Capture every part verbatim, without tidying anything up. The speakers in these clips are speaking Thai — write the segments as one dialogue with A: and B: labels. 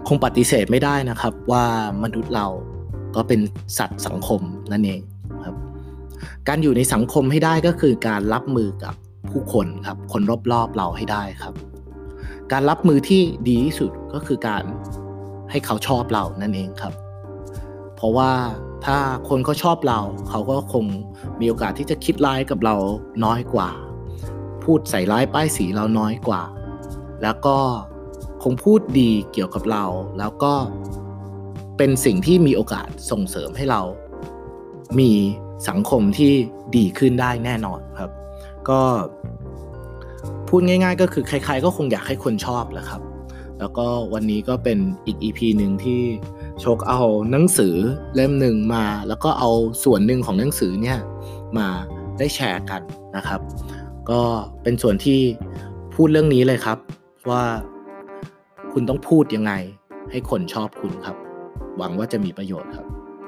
A: คงปฏิเสธไม่ได้นะครับว่ามนุษย์เราก็เป็นสัตว์สังคมนั่นเองครับการอยู่ในสังคมให้ได้ก็คือการรับมือกับผู้คนครับคนรอบๆเราให้ได้ครับการรับมือที่ดีที่สุดก็คือการให้เขาชอบเรานั่นเองครับเพราะว่าถ้าคนเขาชอบเราเขาก็คงมีโอกาสที่จะคิดร้ายกับเราน้อยกว่าพูดใส่ร้ายป้ายสีเราน้อยกว่าแล้วก็คงพูดดีเกี่ยวกับเราแล้วก็เป็นสิ่งที่มีโอกาสส่งเสริมให้เรามีสังคมที่ดีขึ้นได้แน่นอนครับก็พูดง่ายๆก็คือใครๆก็คงอยากให้คนชอบแหละครับแล้วก็วันนี้ก็เป็นอีก อี พี นึงที่โชคเอาหนังสือเล่มหนึ่งมาแล้วก็เอาส่วนหนึ่งของหนังสือเนี่ยมาได้แชร์กันนะครับก็เป็นส่วนที่พูดเรื่องนี้เลยครับว่าคุณต้องพูดยังไงให้คนชอบคุณครับหวังว่าจะมีประโยชน์ครับ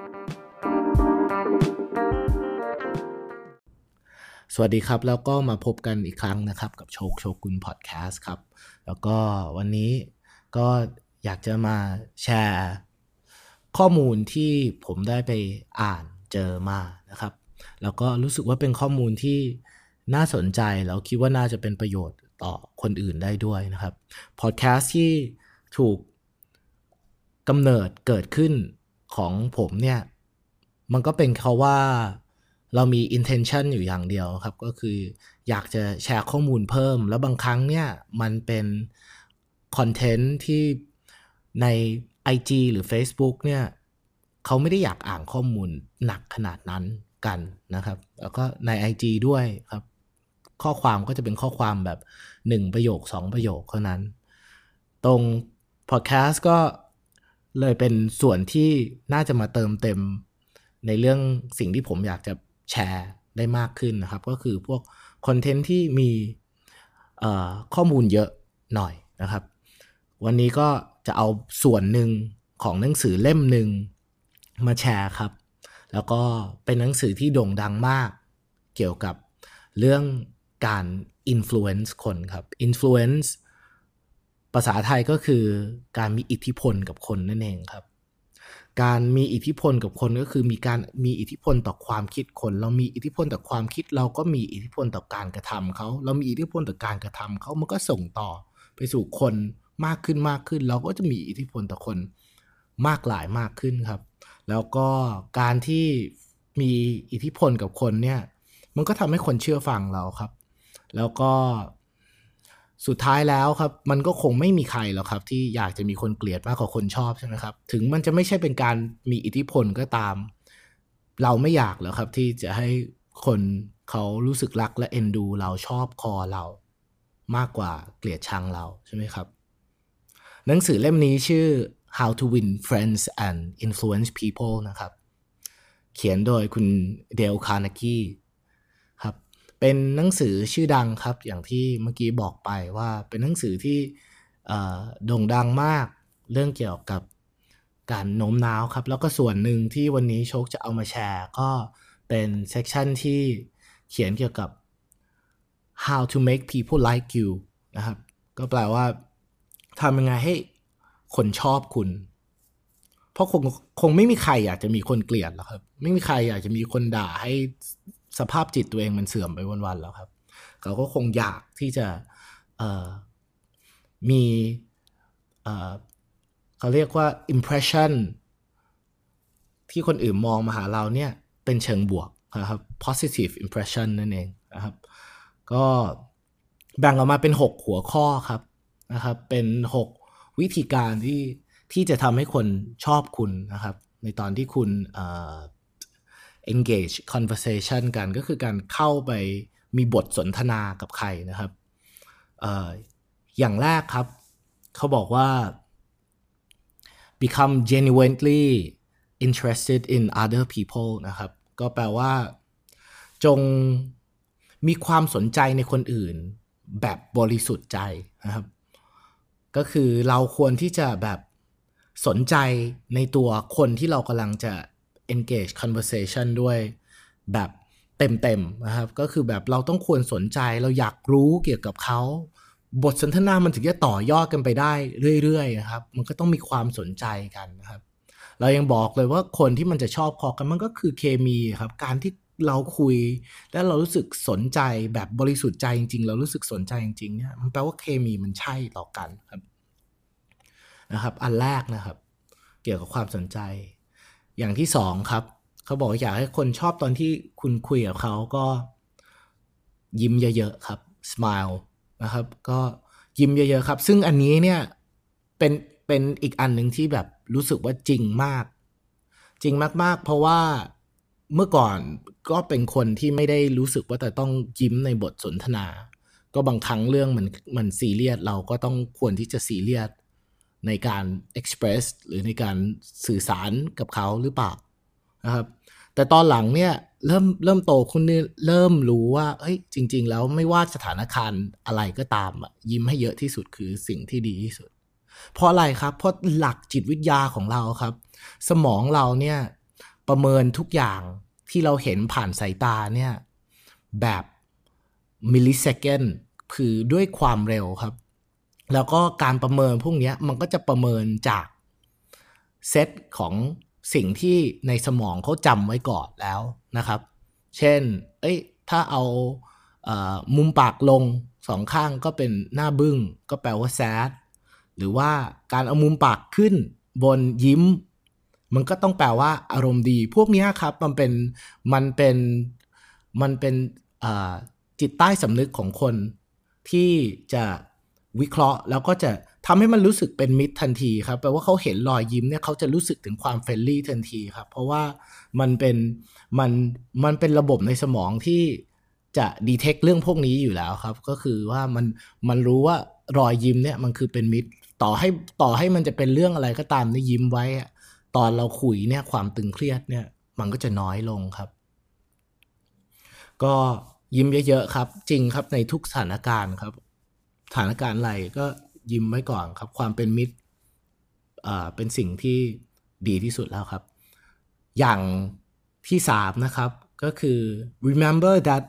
A: สวัสดีครับแล้วก็มาพบกันอีกครั้งนะครับกับโชคโชกุนพอดแคสต์ครับแล้วก็วันนี้ก็อยากจะมาแชร์ข้อมูลที่ผมได้ไปอ่านเจอมานะครับแล้วก็รู้สึกว่าเป็นข้อมูลที่น่าสนใจแล้วคิดว่าน่าจะเป็นประโยชน์ต่อคนอื่นได้ด้วยนะครับพอดแคสต์ที่ถูกกำเนิดเกิดขึ้นของผมเนี่ยมันก็เป็นเพราะว่าเรามี intention อยู่อย่างเดียวครับก็คืออยากจะแชร์ข้อมูลเพิ่มแล้วบางครั้งเนี่ยมันเป็นคอนเทนต์ที่ใน ไอ จี หรือ Facebook เนี่ยเขาไม่ได้อยากอ่านข้อมูลหนักขนาดนั้นกันนะครับแล้วก็ใน ไอ จี ด้วยครับข้อความก็จะเป็นข้อความแบบหนึ่งประโยคสองประโยคเท่านั้นตรงพอดแคสต์ก็เลยเป็นส่วนที่น่าจะมาเติมเต็มในเรื่องสิ่งที่ผมอยากจะแชร์ได้มากขึ้นนะครับก็คือพวกคอนเทนต์ที่มีเอ่อข้อมูลเยอะหน่อยนะครับวันนี้ก็จะเอาส่วนหนึ่งของหนังสือเล่มหนึ่งมาแชร์ครับแล้วก็เป็นหนังสือที่โด่งดังมากเกี่ยวกับเรื่องการ influence คนครับ influence ภาษาไทยก็คือการมีอิทธิพลกับคนนั่นเองครับการมีอิทธิพลกับคนก็คือมีการมีอิทธิพลต่อความคิดคนเรามีอิทธิพลต่อความคิดเราก็มีอิทธิพลต่อการกระทำเขาเรามีอิทธิพลต่อการกระทำเขามันก็ส่งต่อไปสู่คนมากขึ้นมากขึ้นเราก็จะมีอิทธิพลต่อคนมากหลายมากขึ้นครับแล้วก็การที่มีอิทธิพลกับคนเนี่ยมันก็ทำให้คนเชื่อฟังเราครับแล้วก็สุดท้ายแล้วครับมันก็คงไม่มีใครหรอกครับที่อยากจะมีคนเกลียดมากกว่าคนชอบใช่ไหมครับถึงมันจะไม่ใช่เป็นการมีอิทธิพลก็ตามเราไม่อยากหรอกครับที่จะให้คนเขารู้สึกรักและเอ็นดูเราชอบคอเรามากกว่าเกลียดชังเราใช่ไหมครับหนังสือเล่มนี้ชื่อ How to Win Friends and Influence People นะครับเขียนโดยคุณเดล คาร์เนกีครับเป็นหนังสือชื่อดังครับอย่างที่เมื่อกี้บอกไปว่าเป็นหนังสือที่โด่งดังมากเรื่องเกี่ยวกับการโน้มน้าวครับแล้วก็ส่วนหนึ่งที่วันนี้โชคจะเอามาแชร์ก็เป็นเซกชันที่เขียนเกี่ยวกับ how to make people like you นะครับก็แปลว่าทำยังไงให้คนชอบคุณเพราะคงคงไม่มีใครอยากจะมีคนเกลียดหรอกครับไม่มีใครอยากจะมีคนด่าให้สภาพจิตตัวเองมันเสื่อมไปวันๆแล้วครับเขาก็คงอยากที่จะเอ่อมีเอ่อเขาเรียกว่า impression ที่คนอื่นมองมาหาเราเนี่ยเป็นเชิงบวกนะครับ positive impression นั่นเองนะครับก็แบ่งออกมาเป็นหกหัวข้อครับนะครับเป็นหกวิธีการที่ที่จะทำให้คนชอบคุณนะครับในตอนที่คุณเอ่อ engage conversation กันก็คือการเข้าไปมีบทสนทนากับใครนะครับเอ่ออย่างแรกครับเขาบอกว่า become genuinely interested in other people นะครับก็แปลว่าจงมีความสนใจในคนอื่นแบบบริสุทธิ์ใจนะครับก็คือเราควรที่จะแบบสนใจในตัวคนที่เรากำลังจะ engage conversation ด้วยแบบเต็มๆนะครับก็คือแบบเราต้องควรสนใจเราอยากรู้เกี่ยวกับเขาบทสนทนามันถึงจะต่อยอดกันไปได้เรื่อยๆนะครับมันก็ต้องมีความสนใจกันนะครับเรายังบอกเลยว่าคนที่มันจะชอบพอกันมันก็คือเคมีครับการที่เราคุยแล้วเรารู้สึกสนใจแบบบริสุทธิ์ใจจริงๆเรารู้สึกสนใจจริงๆเนี่ยมันแปลว่าเคมีมันใช่ต่อกันครับนะครับอันแรกนะครับเกี่ยวกับความสนใจอย่างที่สองครับเขาบอกอยากให้คนชอบตอนที่คุณคุยกับเขาก็ยิ้มเยอะๆครับ smile นะครับก็ยิ้มเยอะๆครับซึ่งอันนี้เนี่ยเป็นเป็นอีกอันหนึ่งที่แบบรู้สึกว่าจริงมากจริงมากๆเพราะว่าเมื่อก่อนก็เป็นคนที่ไม่ได้รู้สึกว่าแต่ต้องยิ้มในบทสนทนาก็บางครั้งเรื่องมันมันซีเรียสเราก็ต้องควรที่จะซีเรียสในการ express หรือในการสื่อสารกับเขาหรือเปล่านะครับแต่ตอนหลังเนี่ยเริ่มเริ่มโตขึ้นเริ่มรู้ว่าเฮ้ยจริงๆแล้วไม่ว่าสถานการณ์อะไรก็ตามอ่ะยิ้มให้เยอะที่สุดคือสิ่งที่ดีที่สุดเพราะอะไรครับเพราะหลักจิตวิทยาของเราครับสมองเราเนี่ยประเมินทุกอย่างที่เราเห็นผ่านสายตาเนี่ยแบบมิลลิเซคันด์คือด้วยความเร็วครับแล้วก็การประเมินพวกนี้มันก็จะประเมินจากเซตของสิ่งที่ในสมองเขาจำไว้ก่อนแล้วนะครับเช่นเอ้ยถ้าเอาเอ่อมุมปากลงสองข้างก็เป็นหน้าบึ้งก็แปลว่า sad หรือว่าการเอามุมปากขึ้นบนยิ้มมันก็ต้องแปลว่าอารมณ์ดีพวกนี้ครับมันเป็นมันเป็นมันเป็นจิตใต้สำนึกของคนที่จะวิเคราะห์แล้วก็จะทำให้มันรู้สึกเป็นมิตรทันทีครับแปลว่าเขาเห็นรอยยิ้มเนี่ยเขาจะรู้สึกถึงความเฟรนลี่ทันทีครับเพราะว่ามันเป็นมันมันเป็นระบบในสมองที่จะดีเทคเรื่องพวกนี้อยู่แล้วครับก็คือว่ามันมันรู้ว่ารอยยิ้มเนี่ยมันคือเป็นมิตรต่อให้ต่อให้มันจะเป็นเรื่องอะไรก็ตามที่ยิ้มไว้ตอนเราคุยเนี่ยความตึงเครียดเนี่ยมันก็จะน้อยลงครับก็ยิ้มเยอะๆครับจริงครับในทุกสถานการณ์ครับสถานการณ์อะไรก็ยิ้มไว้ก่อนครับความเป็นมิตรอ่าเป็นสิ่งที่ดีที่สุดแล้วครับอย่างที่สามนะครับก็คือ remember that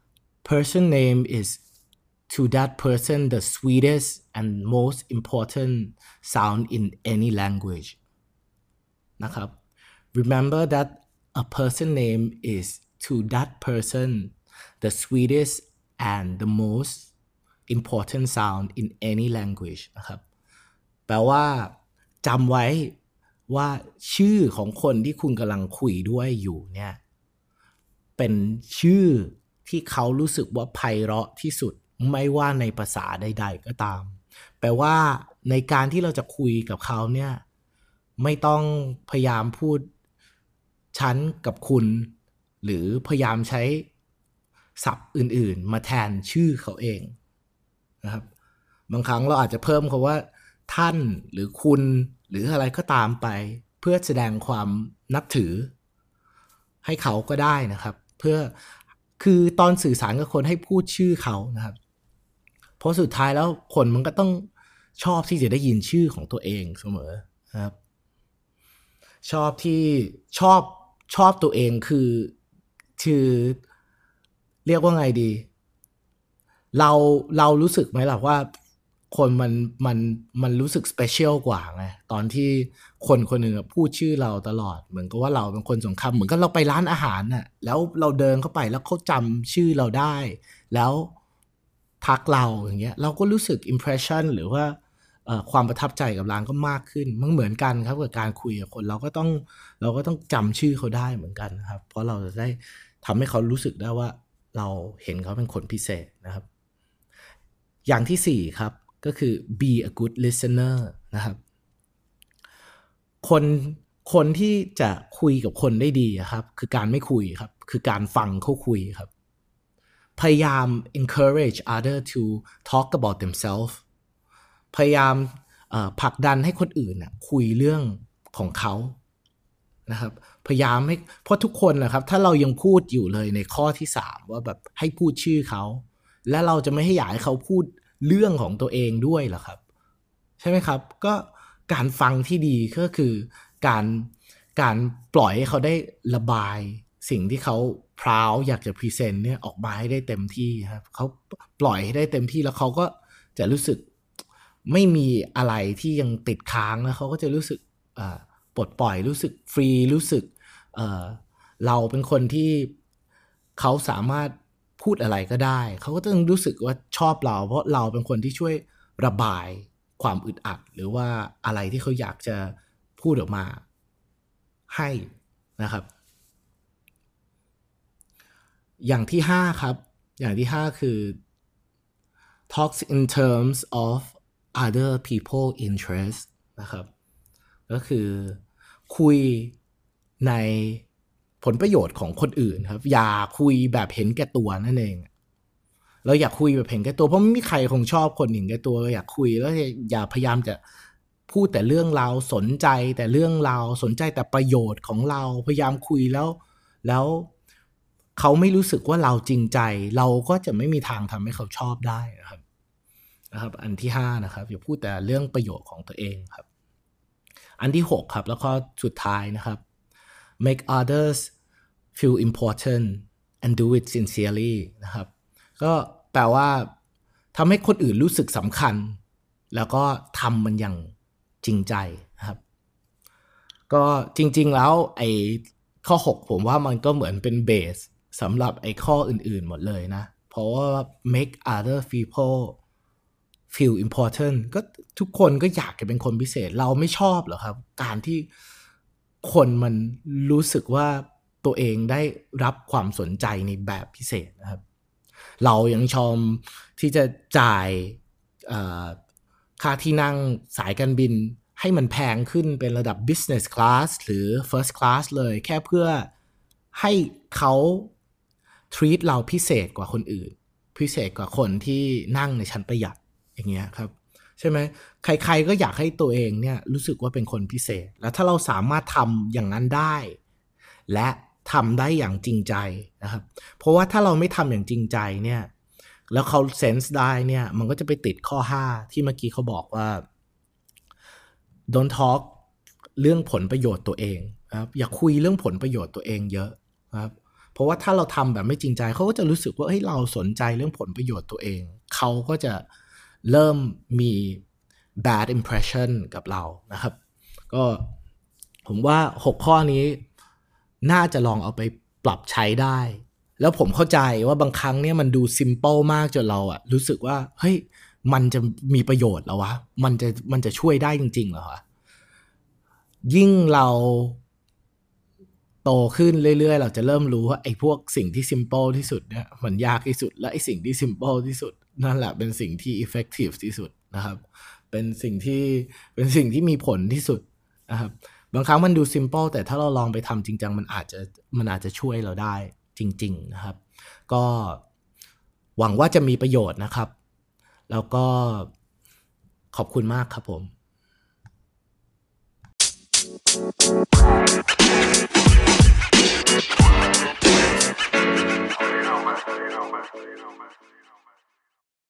A: person name is to that person the sweetest and most important sound in any language นะครับ remember that a person name is to that person the sweetest and the most important sound in any language นะครับแปลว่าจำไว้ว่าชื่อของคนที่คุณกำลังคุยด้วยอยู่เนี่ยเป็นชื่อที่เขารู้สึกว่าไพเราะที่สุดไม่ว่าในภาษาใดๆก็ตามแปลว่าในการที่เราจะคุยกับเขาเนี่ยไม่ต้องพยายามพูดฉันกับคุณหรือพยายามใช้ศัพท์อื่นๆมาแทนชื่อเขาเองนะครับบางครั้งเราอาจจะเพิ่มคำว่าท่านหรือคุณหรืออะไรก็ตามไปเพื่อแสดงความนับถือให้เขาก็ได้นะครับเพื่อคือตอนสื่อสารกับคนให้พูดชื่อเขานะครับเพราะสุดท้ายแล้วคนมันก็ต้องชอบที่จะได้ยินชื่อของตัวเองเสมอนะครับชอบที่ชอบชอบตัวเองคือคือเรียกว่าไงดีเราเรารู้สึกไหมล่ะว่าคนมันมันมันรู้สึกสเปเชียลกว่าไงตอนที่คนคนหนึ่งพูดชื่อเราตลอดเหมือนกับว่าเราเป็นคนสำคัญเหมือนกับเราไปร้านอาหารน่ะแล้วเราเดินเข้าไปแล้วเขาจำชื่อเราได้แล้วทักเราอย่างเงี้ยเราก็รู้สึกอิมเพรสชั่นหรือว่าความประทับใจกับร้านก็มากขึ้นมันเหมือนกันครับกับการคุยกับคนเราก็ต้องเราก็ต้องจำชื่อเขาได้เหมือนกันนะครับเพราะเราจะได้ทำให้เขารู้สึกได้ว่าเราเห็นเขาเป็นคนพิเศษนะครับอย่างที่สี่ครับก็คือ be a good listener นะครับคนคนที่จะคุยกับคนได้ดีครับคือการไม่คุยครับคือการฟังเขาคุยครับพยายาม encourage other to talk about themselves พยายามผลักดันให้คนอื่นนะคุยเรื่องของเขานะครับพยายามให้เพราะทุกคนนะครับถ้าเรายังพูดอยู่เลยในข้อที่สามว่าแบบให้พูดชื่อเขาและเราจะไม่ให้อยากให้เขาพูดเรื่องของตัวเองด้วยเหรอครับใช่ไหมครับก็การฟังที่ดีก็คือการการปล่อยให้เขาได้ระบายสิ่งที่เขาพราวอยากจะพรีเซนต์เนี่ยออกมาให้ได้เต็มที่ครับเขาปล่อยให้ได้เต็มที่แล้วเขาก็จะรู้สึกไม่มีอะไรที่ยังติดค้างแล้วเขาก็จะรู้สึกปลดปล่อยรู้สึกฟรีรู้สึก เ, เราเป็นคนที่เขาสามารถพูดอะไรก็ได้เขาก็ต้องรู้สึกว่าชอบเราเพราะเราเป็นคนที่ช่วยระบายความอึดอัดหรือว่าอะไรที่เขาอยากจะพูดออกมาให้นะครับอย่างที่ห้าครับอย่างที่ห้าคือ talks in terms of other people interest นะครับก็คือคุยในผลประโยชน์ของคนอื่นครับอย่าคุยแบบเห็นแก่ตัวนั่นเองเราอยากคุยแบบเห็นแก่ตัวเพราะไม่มีใครคงชอบคนเห็นแก่ตัวเราอยากคุยแล้วอย่าพยายามจะพูดแต่เรื่องเราสนใจแต่เรื่องเราสนใจแต่ประโยชน์ของเราพยายามคุยแล้วแล้วเขาไม่รู้สึกว่าเราจริงใจเราก็จะไม่มีทางทำให้เขาชอบได้นะครับนะครับอันที่ห้านะครับอย่าพูดแต่เรื่องประโยชน์ของตัวเองครับอันที่หกครับแล้วก็สุดท้ายนะครับ make others feel important and do it sincerely นะครับก็แปลว่าทำให้คนอื่นรู้สึกสำคัญแล้วก็ทำมันอย่างจริงใจนะครับก็จริงๆแล้วไอ้ข้อหกผมว่ามันก็เหมือนเป็นเบสสำหรับไอ้ข้ออื่นๆหมดเลยนะเพราะว่า make other people feel important ก็ทุกคนก็อยากจะเป็นคนพิเศษเราไม่ชอบหรอครับการที่คนมันรู้สึกว่าตัวเองได้รับความสนใจในแบบพิเศษนะครับเรายังชอบที่จะจ่ายค่าที่นั่งสายการบินให้มันแพงขึ้นเป็นระดับ business class หรือ first class เลยแค่เพื่อให้เขา treat เราพิเศษกว่าคนอื่นพิเศษกว่าคนที่นั่งในชั้นประหยัดอย่างเงี้ยครับใช่ไหมใครๆก็อยากให้ตัวเองเนี่ยรู้สึกว่าเป็นคนพิเศษแล้วถ้าเราสามารถทำอย่างนั้นได้และทำได้อย่างจริงใจนะครับเพราะว่าถ้าเราไม่ทำอย่างจริงใจเนี่ยแล้วเขาเซนส์ได้เนี่ยมันก็จะไปติดข้อห้าที่เมื่อกี้เขาบอกว่า don't talk เรื่องผลประโยชน์ตัวเองนะครับอย่าคุยเรื่องผลประโยชน์ตัวเองเยอะครับเพราะว่าถ้าเราทำแบบไม่จริงใจเขาก็จะรู้สึกว่าเฮ้ยเราสนใจเรื่องผลประโยชน์ตัวเองเขาก็จะเริ่มมี bad impression กับเรานะครับก็ผมว่าหกข้อนี้น่าจะลองเอาไปปรับใช้ได้แล้วผมเข้าใจว่าบางครั้งเนี่ยมันดู simple มากจนเราอะรู้สึกว่าเฮ้ยมันจะมีประโยชน์เหรอวะมันจะมันจะช่วยได้จริงๆเหรอวะยิ่งเราโตขึ้นเรื่อยๆเราจะเริ่มรู้ว่าไอ้พวกสิ่งที่ simple ที่สุดเนี่ยมันยากที่สุดและไอ้สิ่งที่ simple ที่สุดนั่นแหละเป็นสิ่งที่ effective ที่สุดนะครับเป็นสิ่งที่เป็นสิ่งที่มีผลที่สุดนะครับบางครั้งมันดู simple แต่ถ้าเราลองไปทำจริงจังมันอาจจะมันอาจจะช่วยเราได้จริงๆนะครับก็หวังว่าจะมีประโยชน์นะครับแล้วก็ขอบคุณมากครับผม